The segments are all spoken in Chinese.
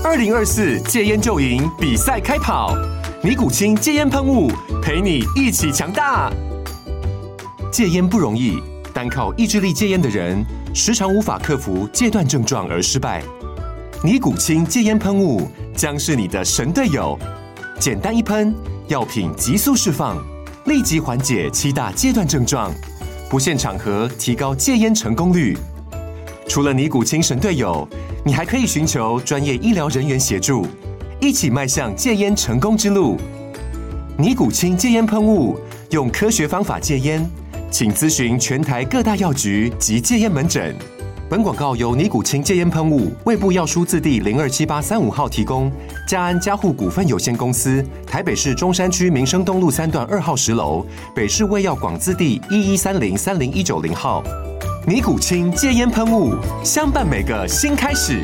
2024戒烟就赢比赛开跑，尼古清戒烟喷雾陪你一起强大。戒烟不容易，单靠意志力戒烟的人，时常无法克服戒断症状而失败。尼古清戒烟喷雾将是你的神队友，简单一喷，药品急速释放，立即缓解7大戒断症状，不限场合提高戒烟成功率。除了尼古清神队友，你还可以寻求专业医疗人员协助，一起迈向戒烟成功之路。尼古清戒烟喷雾，用科学方法戒烟，请咨询全台各大药局及戒烟门诊。本广告由尼古清戒烟喷雾、卫部药书字第027835号提供，嘉安嘉护股份有限公司，台北市中山区民生东路3段2号10楼，北市卫药广字第1130-30190号。尼古清戒烟喷雾，相伴每个新开始。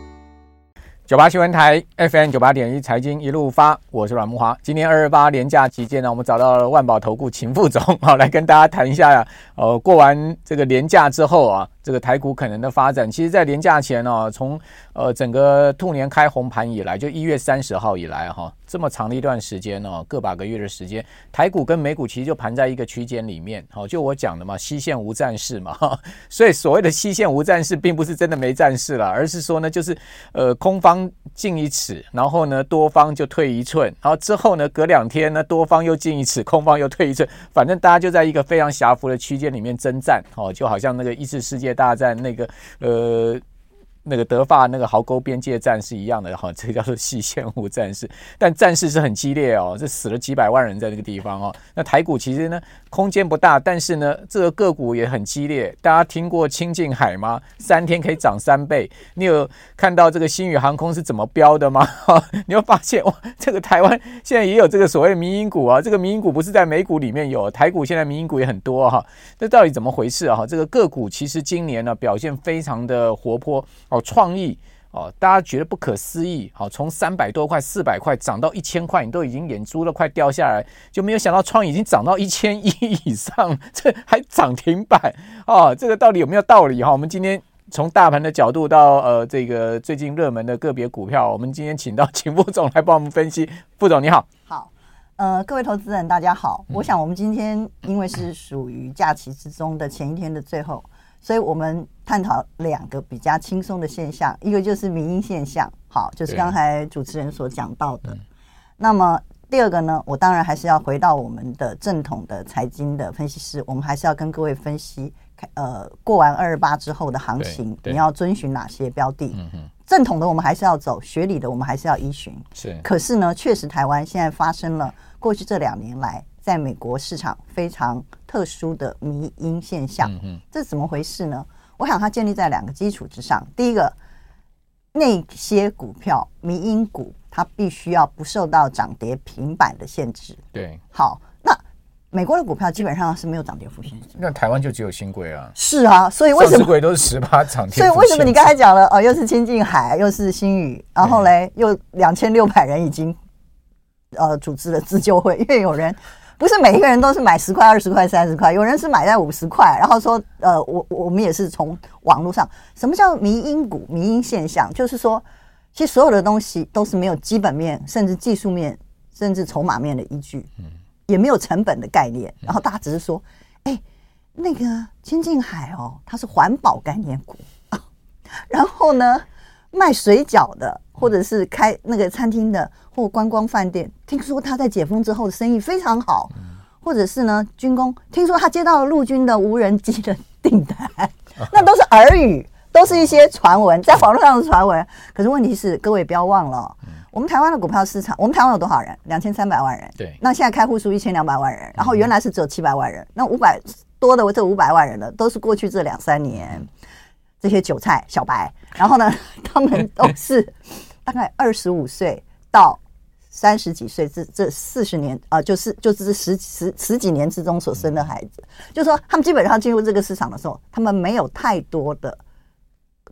98新闻台 FM 98.1财经一路发，我是阮慕骅。今天228连假期间呢，我们找到了万宝投顾秦副总，来跟大家谈一下过完这个连假之后啊，这个台股可能的发展。其实在连假前从整个兔年开红盘以来，就1月30号以来这么长的一段时间个把个月的时间，台股跟美股其实就盘在一个区间里面，就我讲的嘛，西线无战事嘛，所以所谓的西线无战事，并不是真的没战事了，而是说呢，就是空方进1尺，然后呢多方就退1寸，然后之後呢隔2天呢多方又进1尺，空方又退1寸，反正大家就在一个非常狭幅的区间里面征战，就好像那个1次世界大战那个德法那个壕沟边界战是一样的，这个叫做西线无战事，但战事是很激烈这死了几百万人在这个地方那台股其实呢空间不大，但是呢这个个股也很激烈。大家听过清境海吗？3天可以涨3倍。你有看到这个星宇航空是怎么标的吗？你会发现哇，这个台湾现在也有这个所谓民营股这个民营股不是在美股里面有，台股现在民营股也很多这到底怎么回事这个个股其实今年呢表现非常的活泼创意大家觉得不可思议从300多块400块涨到1000块，你都已经眼珠都快掉下来，就没有想到创意已经涨到1000亿以上，这还涨停板这个到底有没有道理我们今天从大盘的角度到这个最近热门的个别股票，我们今天请到秦副总来帮我们分析。副总你好。 好，各位投资人大家好。我想我们今天因为是属于假期之中的前一天的最后，所以我们探讨2个比较轻松的现象，一个就是民营现象，好，就是刚才主持人所讲到的。那么第2个呢，我当然还是要回到我们的正统的财经的分析师，我们还是要跟各位分析过完228之后的行情，你要遵循哪些标的。正统的我们还是要走，学理的我们还是要依循。是，可是呢，确实台湾现在发生了过去这2年来在美国市场非常特殊的迷因现象。这是怎么回事呢？我想它建立在2个基础之上。第一个，那些股票迷因股它必须要不受到涨跌平板的限制。对，好，那美国的股票基本上是没有涨跌幅限制，那台湾就只有新贵啊。 是啊，所以为什么上市柜都是18涨跌幅限制？ 所以为什么你刚才讲了又是清境海，又是星宇，然后嘞又2600人已经组织了自救会，因为有人不是每一个人都是买10块、20块、30块，有人是买在50块，然后说我们也是从网络上。什么叫迷因股、迷因现象？就是说，其实所有的东西都是没有基本面，甚至技术面，甚至筹码面的依据，也没有成本的概念，然后大家只是说，那个清境海它是环保概念股然后呢，卖水饺的或者是开那个餐厅的或观光饭店，听说他在解封之后的生意非常好，或者是呢军工，听说他接到了陆军的无人机的订单，那都是耳语，都是一些传闻，在网络上的传闻。可是问题是，各位不要忘了，我们台湾的股票市场，我们台湾有多少人？2300万人。对。那现在开户数1200万人，然后原来是只有700万人，那500多的这500万人呢，都是过去这2-3年这些韭菜小白，然后呢，他们都是大概25岁到30几岁这40年就是十几年之中所生的孩子，就是说他们基本上进入这个市场的时候，他们没有太多的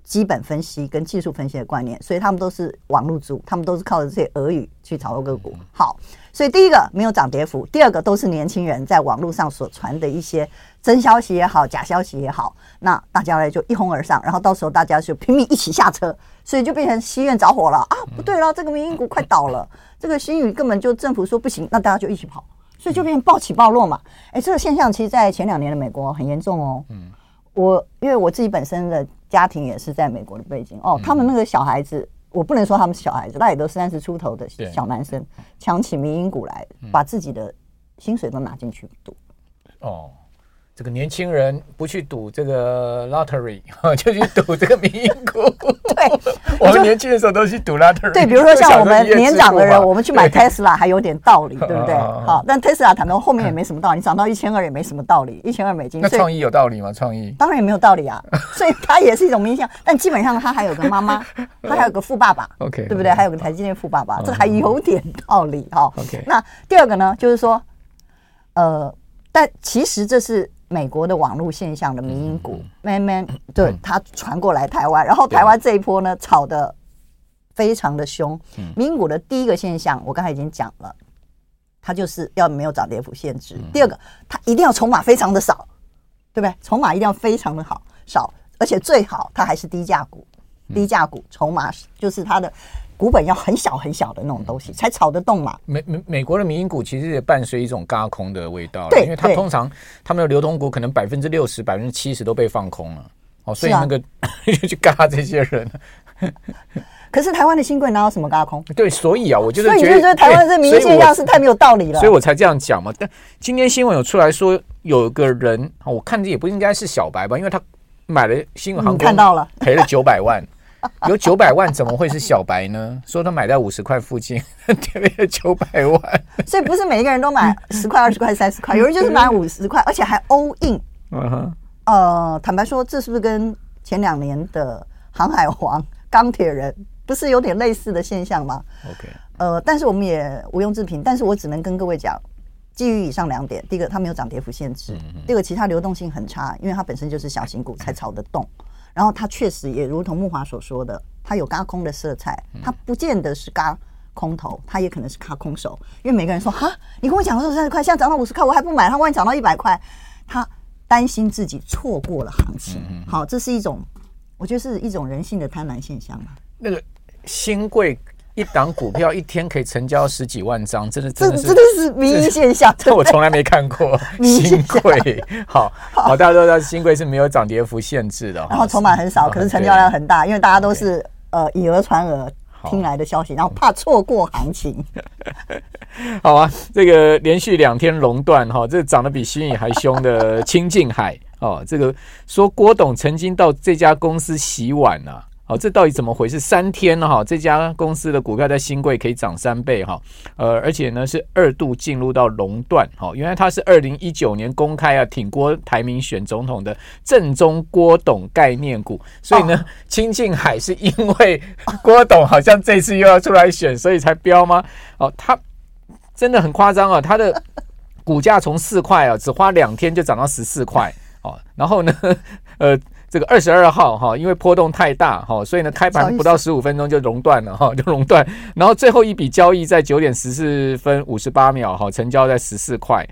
基本分析跟技术分析的观念，所以他们都是网络族，他们都是靠着这些俄语去炒作个股。好，所以第一个没有涨跌幅，第二个都是年轻人在网络上所传的一些真消息也好，假消息也好，那大家呢就一哄而上，然后到时候大家就拼命一起下车，所以就变成西苑着火了啊！不对了，这个民营股快倒了，这个新宇根本就政府说不行，那大家就一起跑，所以就变成暴起暴落嘛。这个现象其实在前2年的美国很严重哦。因为我自己本身的家庭也是在美国的背景哦，他们那个小孩子，我不能说他们是小孩子，他也都30出头的小男生，抢起民营股来，把自己的薪水都拿进去赌。 哦，这个年轻人不去赌这个 lottery， 就去赌这个民营股。 对， 我们年轻的时候都去赌 lottery。对， 比如说像我们年长的人，我们去买 Tesla 还有点道理，对不对？好，但 Tesla 谈到后面也没什么道理，涨到1200也没什么道理，1200美金。 那创意有道理吗？创意当然也没有道理啊，所以它也是一种冥想。但基本上他还有个妈妈，他还有个富爸爸 ，OK， 对不对？还有个台积电富爸爸，这还有点道理哈。 OK， 那第二个呢，就是说，但其实这是美国的网络现象的民营股，慢慢对它传过来台湾，然后台湾这一波呢炒得非常的凶。民营股的第一个现象，我刚才已经讲了，它就是要没有涨跌幅限制。第二个，它一定要筹码非常的少，对不对？筹码一定要非常的少，而且最好它还是低价股，低价股筹码就是它的股本要很小很小的那种东西才炒得动嘛。 美国的民营股其实也伴随一种轧空的味道， 对， 因为它通常他们的流通股可能60%、70%都被放空了，所以那个就去轧这些人。 可是台湾的新贵哪有什么轧空？ 对，所以啊，我就是所以你就觉得台湾这民营现象是太没有道理了， 所以我才这样讲嘛。但今天新闻有出来说，有个人，我看这也不应该是小白吧，因为他买了新闻航空， 看到了赔了900万。有900万怎么会是小白呢？说他买在50块附近，赔了900万， 所以不是每一个人都买10块、20块、30块，有人就是买50块，而且还 all in。坦白说，这是不是跟前2年的航海王、钢铁人不是有点类似的现象吗 ？OK， 但是我们也毋庸置评，但是我只能跟各位讲，基于以上2点，第一个它没有涨跌幅限制，第二个其他流动性很差，因为它本身就是小型股才炒得动。然后它确实也如同慕华所说的，它有轧空的色彩，它不见得是轧空头，它也可能是轧空手。因为每个人说哈，你跟我讲说30块，现在涨到50块，我还不买，它万一涨到100块，他担心自己错过了行情。好，这是一种，我觉得是一种人性的贪婪现象嘛。 那个新贵一档股票一天可以成交10几万张，真的是民营现象， 这我从来没看过。新贵好，大家都知道新贵是没有涨跌幅限制的， 然后筹码很少，可是成交量很大，因为大家都是以讹传讹听来的消息，然后怕错过行情。 好啊，这个连续2天熔断哈，这涨得比新宇还凶的清境海哦，这个说郭董曾经到这家公司洗碗啊。这到底怎么回事？3天了这家公司的股票在新贵可以涨3倍而且呢是2度进入到熔断原来它是2019年公开挺郭台铭选总统的正宗郭董概念股，所以呢清境海是因为郭董好像这次又要出来选，所以才飙吗？他真的很夸张他的股价从4块只花2天就涨到14块然后呢这个22号因为波动太大所以呢开盘不到15分钟就熔断了就熔断，然后最后一笔交易在9点14分58秒成交在14块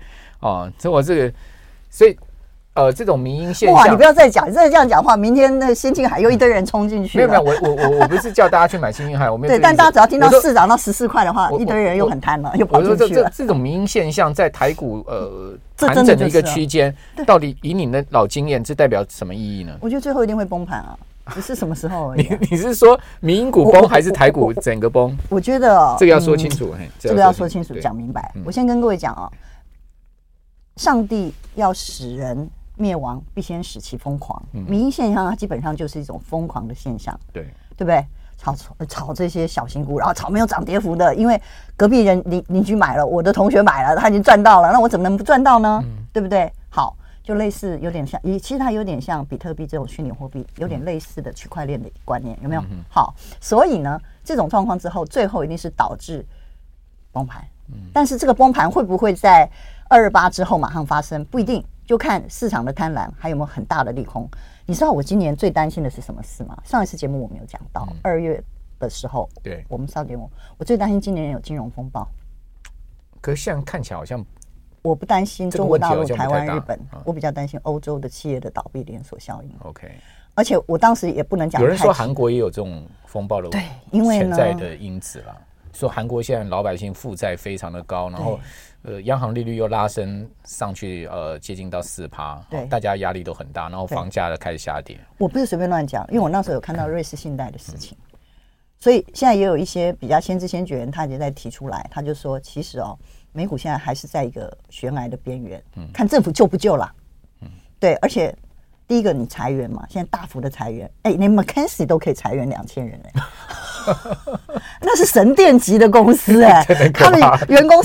所以这种民营现象， 哇，你不要再讲，你再这样讲话，明天那新境海又一堆人冲进去了。 没有，我不是叫大家去买新境海，我没有。 对，但大家只要听到市涨到14块的话，一堆人又很贪了，又跑进去了。 这种民营现象在台股盘整的一个区间，到底以你的老经验，这代表什么意义呢？ 我觉得最后一定会崩盘啊，只是什么时候而已。 你是说民营股崩，还是台股整个崩？ 我觉得这个要说清楚， 这个要说清楚，讲明白。我先跟各位讲上帝要使人灭亡，必先使其疯狂。民营现象它基本上就是一种疯狂的现象，对不对？炒这些小型股，然后炒没有涨跌幅的，因为隔壁人邻居买了，我的同学买了，他已经赚到了，那我怎么能不赚到呢？对不对？好，就类似有点像，其实它有点像比特币这种虚拟货币，有点类似的区块链的观念，有没有？好，所以呢，这种状况之后，最后一定是导致崩盘。但是这个崩盘会不会在228之后马上发生？不一定。 就看市场的贪婪还有没有很大的利空。你知道我今年最担心的是什么事吗？上一次节目我没有讲到，2月的时候， 对， 我们上节目，我最担心今年有金融风暴。 可是现在看起来好像， 我不担心中国大陆、台湾、日本，我比较担心欧洲的企业的倒闭连锁效应。 OK， 而且我当时也不能讲， 有人说韩国也有这种风暴的潜在的因子啦。说韩国现在老百姓负债非常的高，然后央行利率又拉升上去，接近到4%，大家压力都很大，然后房价开始下跌。 我不是随便乱讲，因为我那时候有看到瑞士信贷的事情，所以现在也有一些比较先知先觉人，他也在提出来，他就说其实美股现在还是在一个悬崖的边缘，看政府救不救啦。对，而且第一个你裁员嘛，现在大幅的裁员，连 McKinsey 都可以裁员2000人那是神殿级的公司他的员工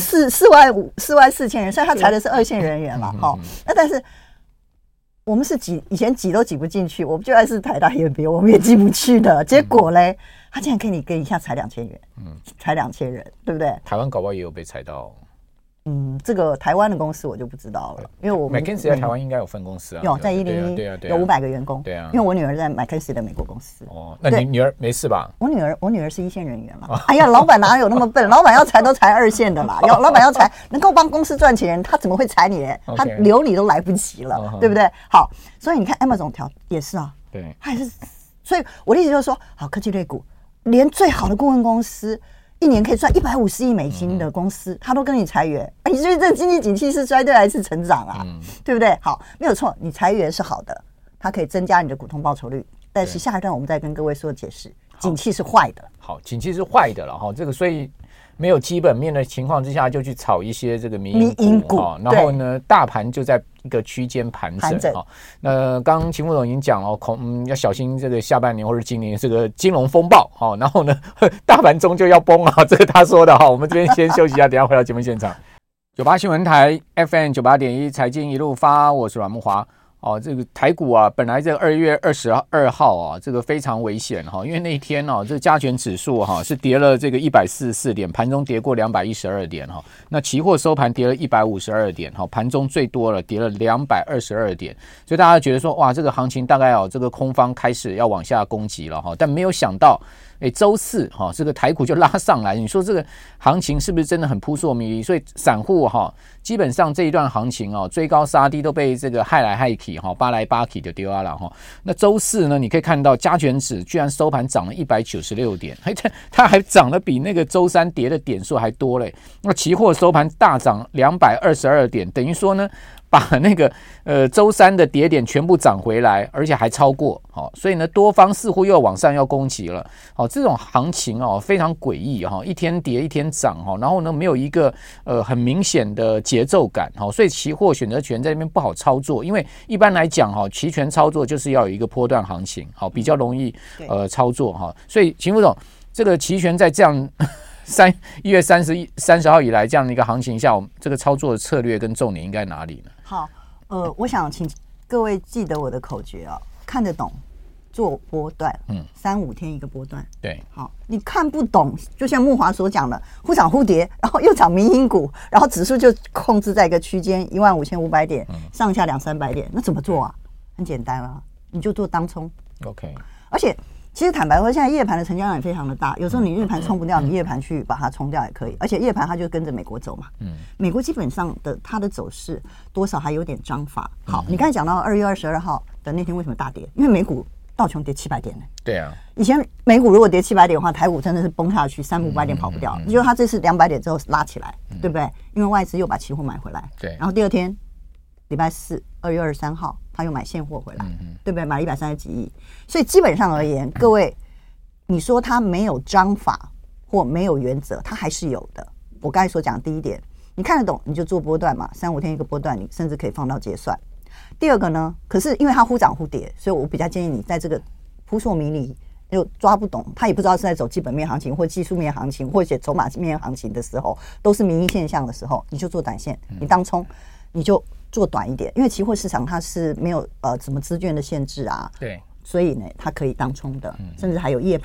44000人，虽然他裁的是2线人员嘛，那但是我们是以前挤都挤不进去，我们就算是台大EMBA我们也进不去的，结果嘞，他竟然给你一下裁2000元，裁2000人，对不对？ 台湾搞不好也有被裁到。 这个台湾的公司我就不知道了，因为我们 McKinsey 在台湾应该有分公司啊， 有在101，有500个员工，对啊，因为我女儿在 McKinsey 的美国公司。 那你女儿没事吧？ 我女儿是1线人员了。哎呀，老板哪有那么笨？老板要裁都裁2线的啦，老板要裁能够帮公司赚钱，他怎么会裁你？他留你都来不及了，对不对？好，所以你看 Amazon 也是啊， 对， 他也是，所以我的意思就是说，好，科技类股连最好的顾问公司。1年可以赚150亿美金的公司，他都跟你裁员，你觉得这经济景气是衰退还是成长啊？对不对？好，没有错，你裁员是好的，它可以增加你的股东报酬率。但是下一段我们再跟各位说解释，景气是坏的。 好，景气是坏的了哈，这个所以没有基本面的情况之下，就去炒一些这个民营股，然后呢，大盘就在一个区间盘整哈。那刚刚秦副总已经讲了，要小心这个下半年或者今年这个金融风暴哈。然后呢，大盘终究要崩啊，这个他说的哈。我们这边先休息一下，等一下回到节目现场。98新闻台 FM 98.1财经一路发，我是阮慕骅。这个台股啊，本来这2月22号啊，这个非常危险哈，因为那一天这个加权指数是跌了这个144点，盘中跌过212点哈，那期货收盘跌了152点哈，盘中最多了跌了222点，所以大家觉得说哇，这个行情大概这个空方开始要往下攻击了哈，但没有想到。周四这个台股就拉上来，你说这个行情是不是真的很扑朔迷离？所以散户基本上这一段行情追高杀低都被这个害来害去扒来扒去就丢了那周四呢，你可以看到加权指居然收盘涨了196点，它还涨了比那个周三跌的点数还多嘞。那期货收盘大涨222点，等于说呢。把那个周三的跌点全部涨回来，而且还超过，所以呢多方似乎又往上要攻击了，这种行情非常诡异，一天跌一天涨，然后呢没有一个很明显的节奏感，所以期货选择权在那边不好操作，因为一般来讲期权操作就是要有一个波段行情，比较容易操作，所以秦副总这个期权在这样。1月30号以来这样的一个行情下，我们这个操作的策略跟重点应该哪里呢？ 好，我想请各位记得我的口诀看得懂做波段，3-5天一个波段。 对， 好，你看不懂，就像慕骅所讲的，忽涨忽跌，然后又涨民营股，然后指数就控制在一个区间15500点，上下200-300点，那怎么做啊？很简单啊，你就做当冲。 OK， 而且。其实坦白说，现在夜盘的成交量也非常的大，有时候你日盘冲不掉，你夜盘去把它冲掉也可以。而且夜盘它就跟着美国走嘛，美国基本上的它的走势多少还有点章法。好，你刚才讲到2月22号的那天为什么大跌？因为美股道琼跌700点呢。 对啊， 以前美股如果跌700点的话，台股真的是崩下去，300-500点跑不掉。就它这次200点之后拉起来，对不对？因为外资又把期货买回来。 对， 然后第二天礼拜四2月23号。他又买现货回来，对不对？买了130几亿，所以基本上而言，各位，你说他没有章法或没有原则，他还是有的。我刚才所讲第一点，你看得懂你就做波段嘛，3-5天一个波段，你甚至可以放到结算。第二个呢，可是因为它忽涨忽跌，所以我比较建议你在这个扑朔迷离又抓不懂，他也不知道是在走基本面行情或技术面行情或者筹码面行情的时候，都是民意现象的时候，你就做短线，你当冲，你就。做短一点，因为期货市场它是没有什么资券的限制啊， 对， 所以呢，它可以当冲的，甚至还有夜盘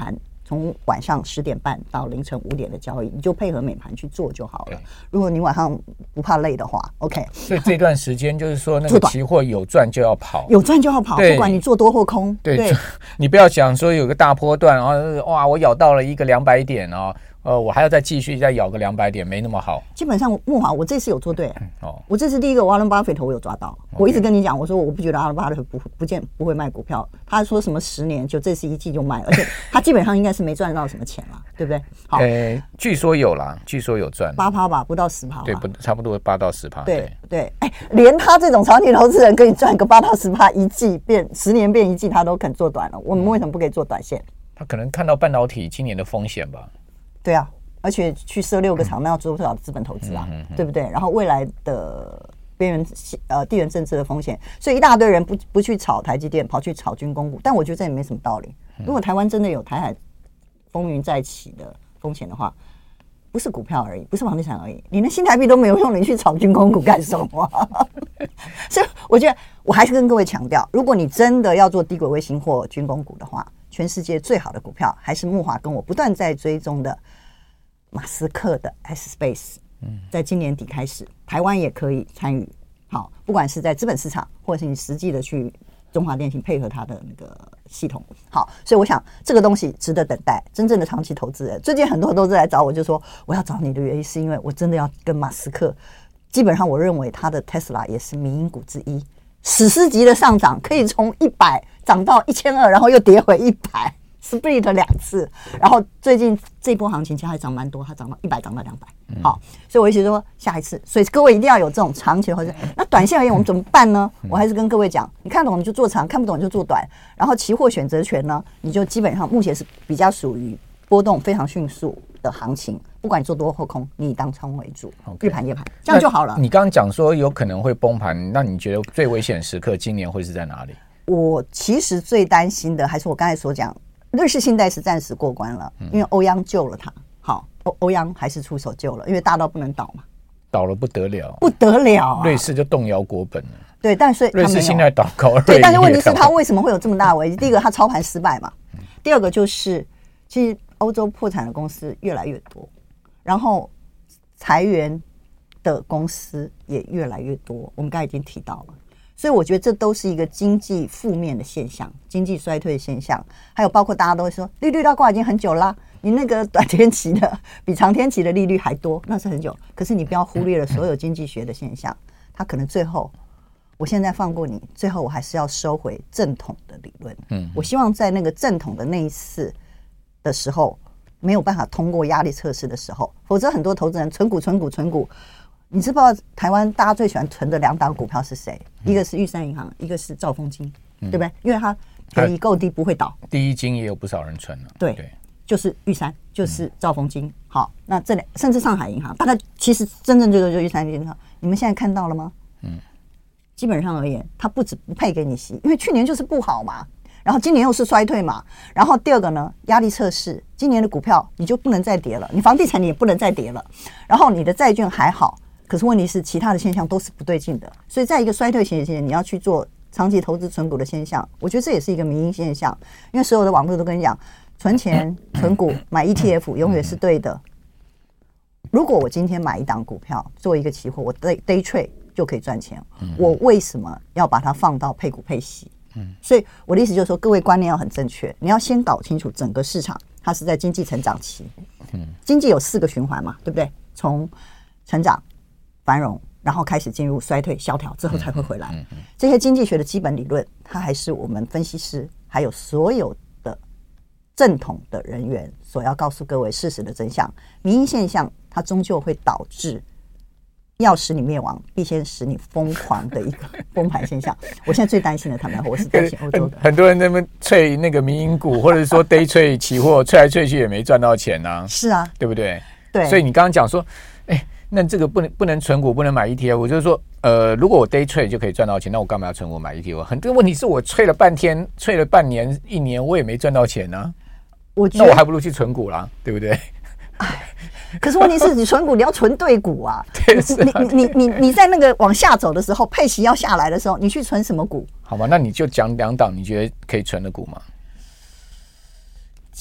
从晚上10点半到凌晨5点的交易，你就配合美盘去做就好了。如果你晚上不怕累的话 ，OK。所以这段时间就是说，那个期货有赚就要跑， 有赚就要跑，不管你做多或空。 对，你不要想说有个大波段，然后哇，我咬到了一个200点哦。我还要再继续再咬个200点，没那么好。 基本上木华，我这次有做对。我这次第一个Warren Buffett我有抓到。我一直跟你讲，我说我不觉得Warren Buffett不会卖股票。他说什么10年就这次一季就卖，而且他基本上应该是没赚到什么钱啦，对不对？好， 据说有啦，据说有赚 8%吧，不到10%吧。 对，差不多8到10%。 对，连他这种长期投资人可以赚个8到10%，一季变10年变一季，他都肯做短了。我们为什么不可以做短线？ 他可能看到半导体今年的风险吧。 对啊，而且去设6个厂，那要做多少资本投资啊？对不对？然后未来的边缘地缘政治的风险，所以一大堆人不去炒台积电，跑去炒军工股。但我觉得这也没什么道理。如果台湾真的有台海风云再起的风险的话，不是股票而已，不是房地产而已，你连新台币都没有用，你去炒军工股干什么？所以我觉得我还是跟各位强调，如果你真的要做低轨卫星或军工股的话，全世界最好的股票还是木华跟我不断在追踪的马斯克的 S Space。在今年底开始，台湾也可以参与。好，不管是在资本市场，或者是你实际的去中华电信配合它的那个系统。好，所以我想这个东西值得等待。真正的长期投资人，最近很多投资人来找我，就说我要找你的原因是因为我真的要跟马斯克。基本上我认为他的 Tesla 也是民营股之一，史诗级的上涨，可以从100涨到1200，然后又跌回100，split 2次。然后最近这波行情其实还涨蛮多，它涨到100，涨到200。好，所以我意思说下一次，所以各位一定要有这种长期的投资。那短线而言，我们怎么办呢？我还是跟各位讲，你看懂你就做长，看不懂你就做短。然后期货选择权呢，你就基本上目前是比较属于波动非常迅速的行情，不管你做多或空，你以当冲为主，日盘夜盘这样就好了。 你刚刚讲说有可能会崩盘，那你觉得最危险时刻今年会是在哪里？ 我其实最担心的还是我刚才所讲，瑞士信贷是暂时过关了，因为欧央救了它。好，欧央还是出手救了，因为大到不能倒嘛， 倒了不得了， 不得了、啊， 瑞士就动摇国本了。 对，但是瑞士信贷倒高， 对，但是问题是它为什么会有这么大的危机？第一个，它操盘失败嘛；第二个就是，其实欧洲破产的公司越来越多，然后裁员的公司也越来越多。我们刚才已经提到了。所以我觉得这都是一个经济负面的现象，经济衰退的现象，还有包括大家都会说利率倒挂已经很久啦，你那个短天期的比长天期的利率还多，那是很久。可是你不要忽略了所有经济学的现象，它可能最后，我现在放过你，最后我还是要收回正统的理论。我希望在那个正统的那一次的时候，没有办法通过压力测试的时候，否则很多投资人存股。你知不知道台湾大家最喜欢存的2档股票是谁？一个是玉山银行，一个是兆丰金，对不对？因为它便宜够低，不会倒。 第一金也有不少人存了， 对，就是玉山，就是兆丰金。好，那这两甚至上海银行，大概其实真正最多就是玉山银行。你们现在看到了吗？基本上而言，它不止不配给你息，因为去年就是不好嘛，然后今年又是衰退嘛。然后第二个呢，压力测试，今年的股票你就不能再跌了，你房地产你也不能再跌了，然后你的债券还好。可是问题是，其他的现象都是不对劲的，所以在一个衰退期间，你要去做长期投资存股的现象，我觉得这也是一个民营现象。因为所有的网络都跟你讲，存钱、存股、买 ETF 永远是对的。如果我今天买一档股票做一个期货，我 day trade 就可以赚钱，我为什么要把它放到配股配息？所以我的意思就是说，各位观念要很正确，你要先搞清楚整个市场它是在经济成长期，经济有4个循环嘛，对不对？从成长、繁荣，然后开始进入衰退、萧条之后才会回来。这些经济学的基本理论，它还是我们分析师还有所有的正统的人员所要告诉各位事实的真相。民营现象它终究会导致要使你灭亡，必先使你疯狂的一个崩盘现象。我现在最担心的，坦白说，我是担心欧洲的。 很多人在那边吹那个民营股，或者说 day trade 期货，吹来吹去也没赚到钱啊。 是啊， 对不对？ 对。 所以你刚刚讲说，那这个不能存股，不能买 ETF。我就是说，如果我 day trade 就可以赚到钱，那我干嘛要存股买 ETF？很多问题是我吹了半天，吹了半年、1年，我也没赚到钱啊。那我还不如去存股啦，对不对？ 可是问题是你存股，你要存对股啊。你在那个往下走的时候，配息要下来的时候，你去存什么股？ 好吧，那你就讲2档你觉得可以存的股嘛？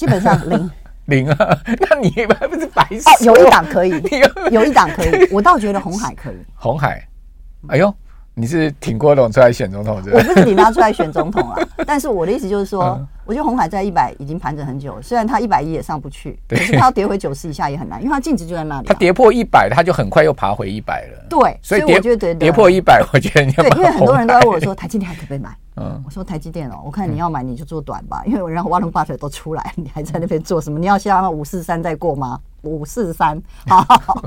基本上零啊，那你还不是白痴？ 有一档可以，有一档可以，我倒觉得鸿海可以。 鸿海，哎呦，你是挺郭董出来选总统是吧？ 我不是挺他出来选总统啊，但是我的意思就是说，我觉得鸿海在100已经盘整很久了，虽然他110也上不去，可是他要跌回90以下也很难，因为他净值就在那里。 他跌破100，他就很快又爬回100了。 对，所以我觉得跌破100，我觉得你要对，因为很多人都在问我说台积电还可不可以买？我说台积电我看你要买你就做短吧，因为然后Warren Buffett都出来，你还在那边做什么？你要像543再过吗？543，好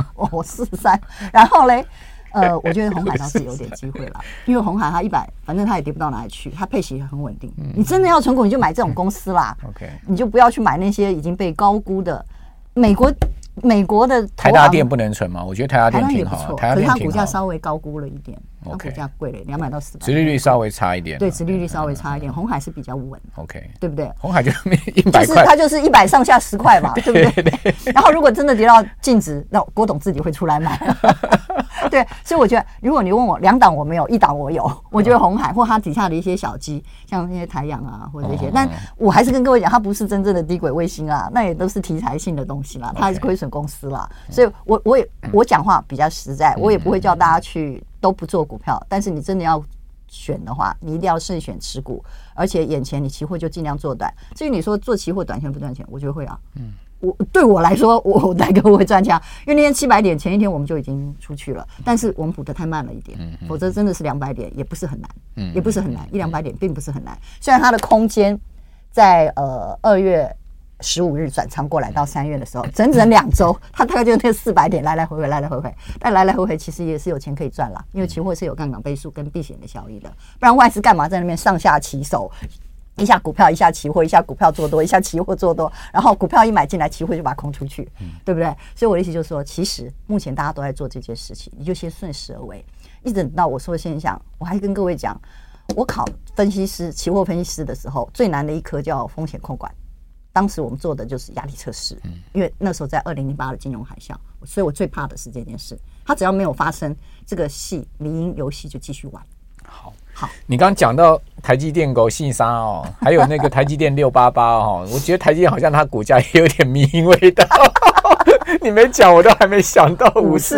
，543，然后嘞。我觉得鸿海倒是有点机会啦，因为鸿海它100，反正它也跌不到哪里去，它配息很稳定。你真的要存股，你就买这种公司啦。 OK， 你就不要去买那些已经被高估的美国的台达电不能存吗？我觉得台达电挺好， 可是它股价稍微高估了一点，它股价贵了200到400， 殖利率稍微差一点。 对，殖利率稍微差一点，鸿海是比较稳 ，OK， 对不对？ 鸿海就100块， 就是它就是100上下10块嘛，对不对？然后如果真的跌到净值，那郭董自己会出来买。对，所以我觉得，如果你问我2档我没有，1档我有，我觉得鸿海或它底下的一些小鸡，像那些台阳啊或者一些，但我还是跟各位讲，它不是真正的低轨卫星啊，那也都是题材性的东西啦，它还是亏损公司啦。所以我讲话比较实在，我也不会叫大家去都不做股票，但是你真的要选的话，你一定要慎选持股，而且眼前你期货就尽量做短。至于你说做期货短线不赚钱，我觉得会啊。对我来说，我大概会赚钱，因为那天700点前一天我们就已经出去了，但是我们补得太慢了一点，否则真的是200点也不是很难，也不是很难，100-200点并不是很难。虽然它的空间在2月15日转仓过来到3月的时候，整2周，它大概就那400点来来回回，但来来回回其实也是有钱可以赚啦，因为期货是有杠杆倍数跟避险的效益的，不然外资干嘛在那边上下其手？一下股票，一下期货，一下股票做多，一下期货做多，然后股票一买进来，期货就把它空出去，对不对？所以我的意思就是说，其实目前大家都在做这件事情，你就先顺势而为，一直等到我说的现象，我还跟各位讲，我考分析师、期货分析师的时候，最难的一科叫风险控管。当时我们做的就是压力测试，因为那时候在2008的金融海啸，所以我最怕的是这件事。它只要没有发生，这个戏迷因游戏就继续玩。好， 你刚刚讲到台积电狗信沙哦，还有那个台积电688哦，我觉得台积电好像它股价也有点迷因味道。你没讲，我都还没想到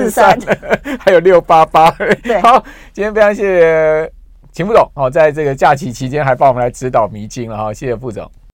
543，还有688。 对， 好，今天非常谢谢秦副总哦，在这个假期期间还帮我们来指导迷津了哈，谢谢副总。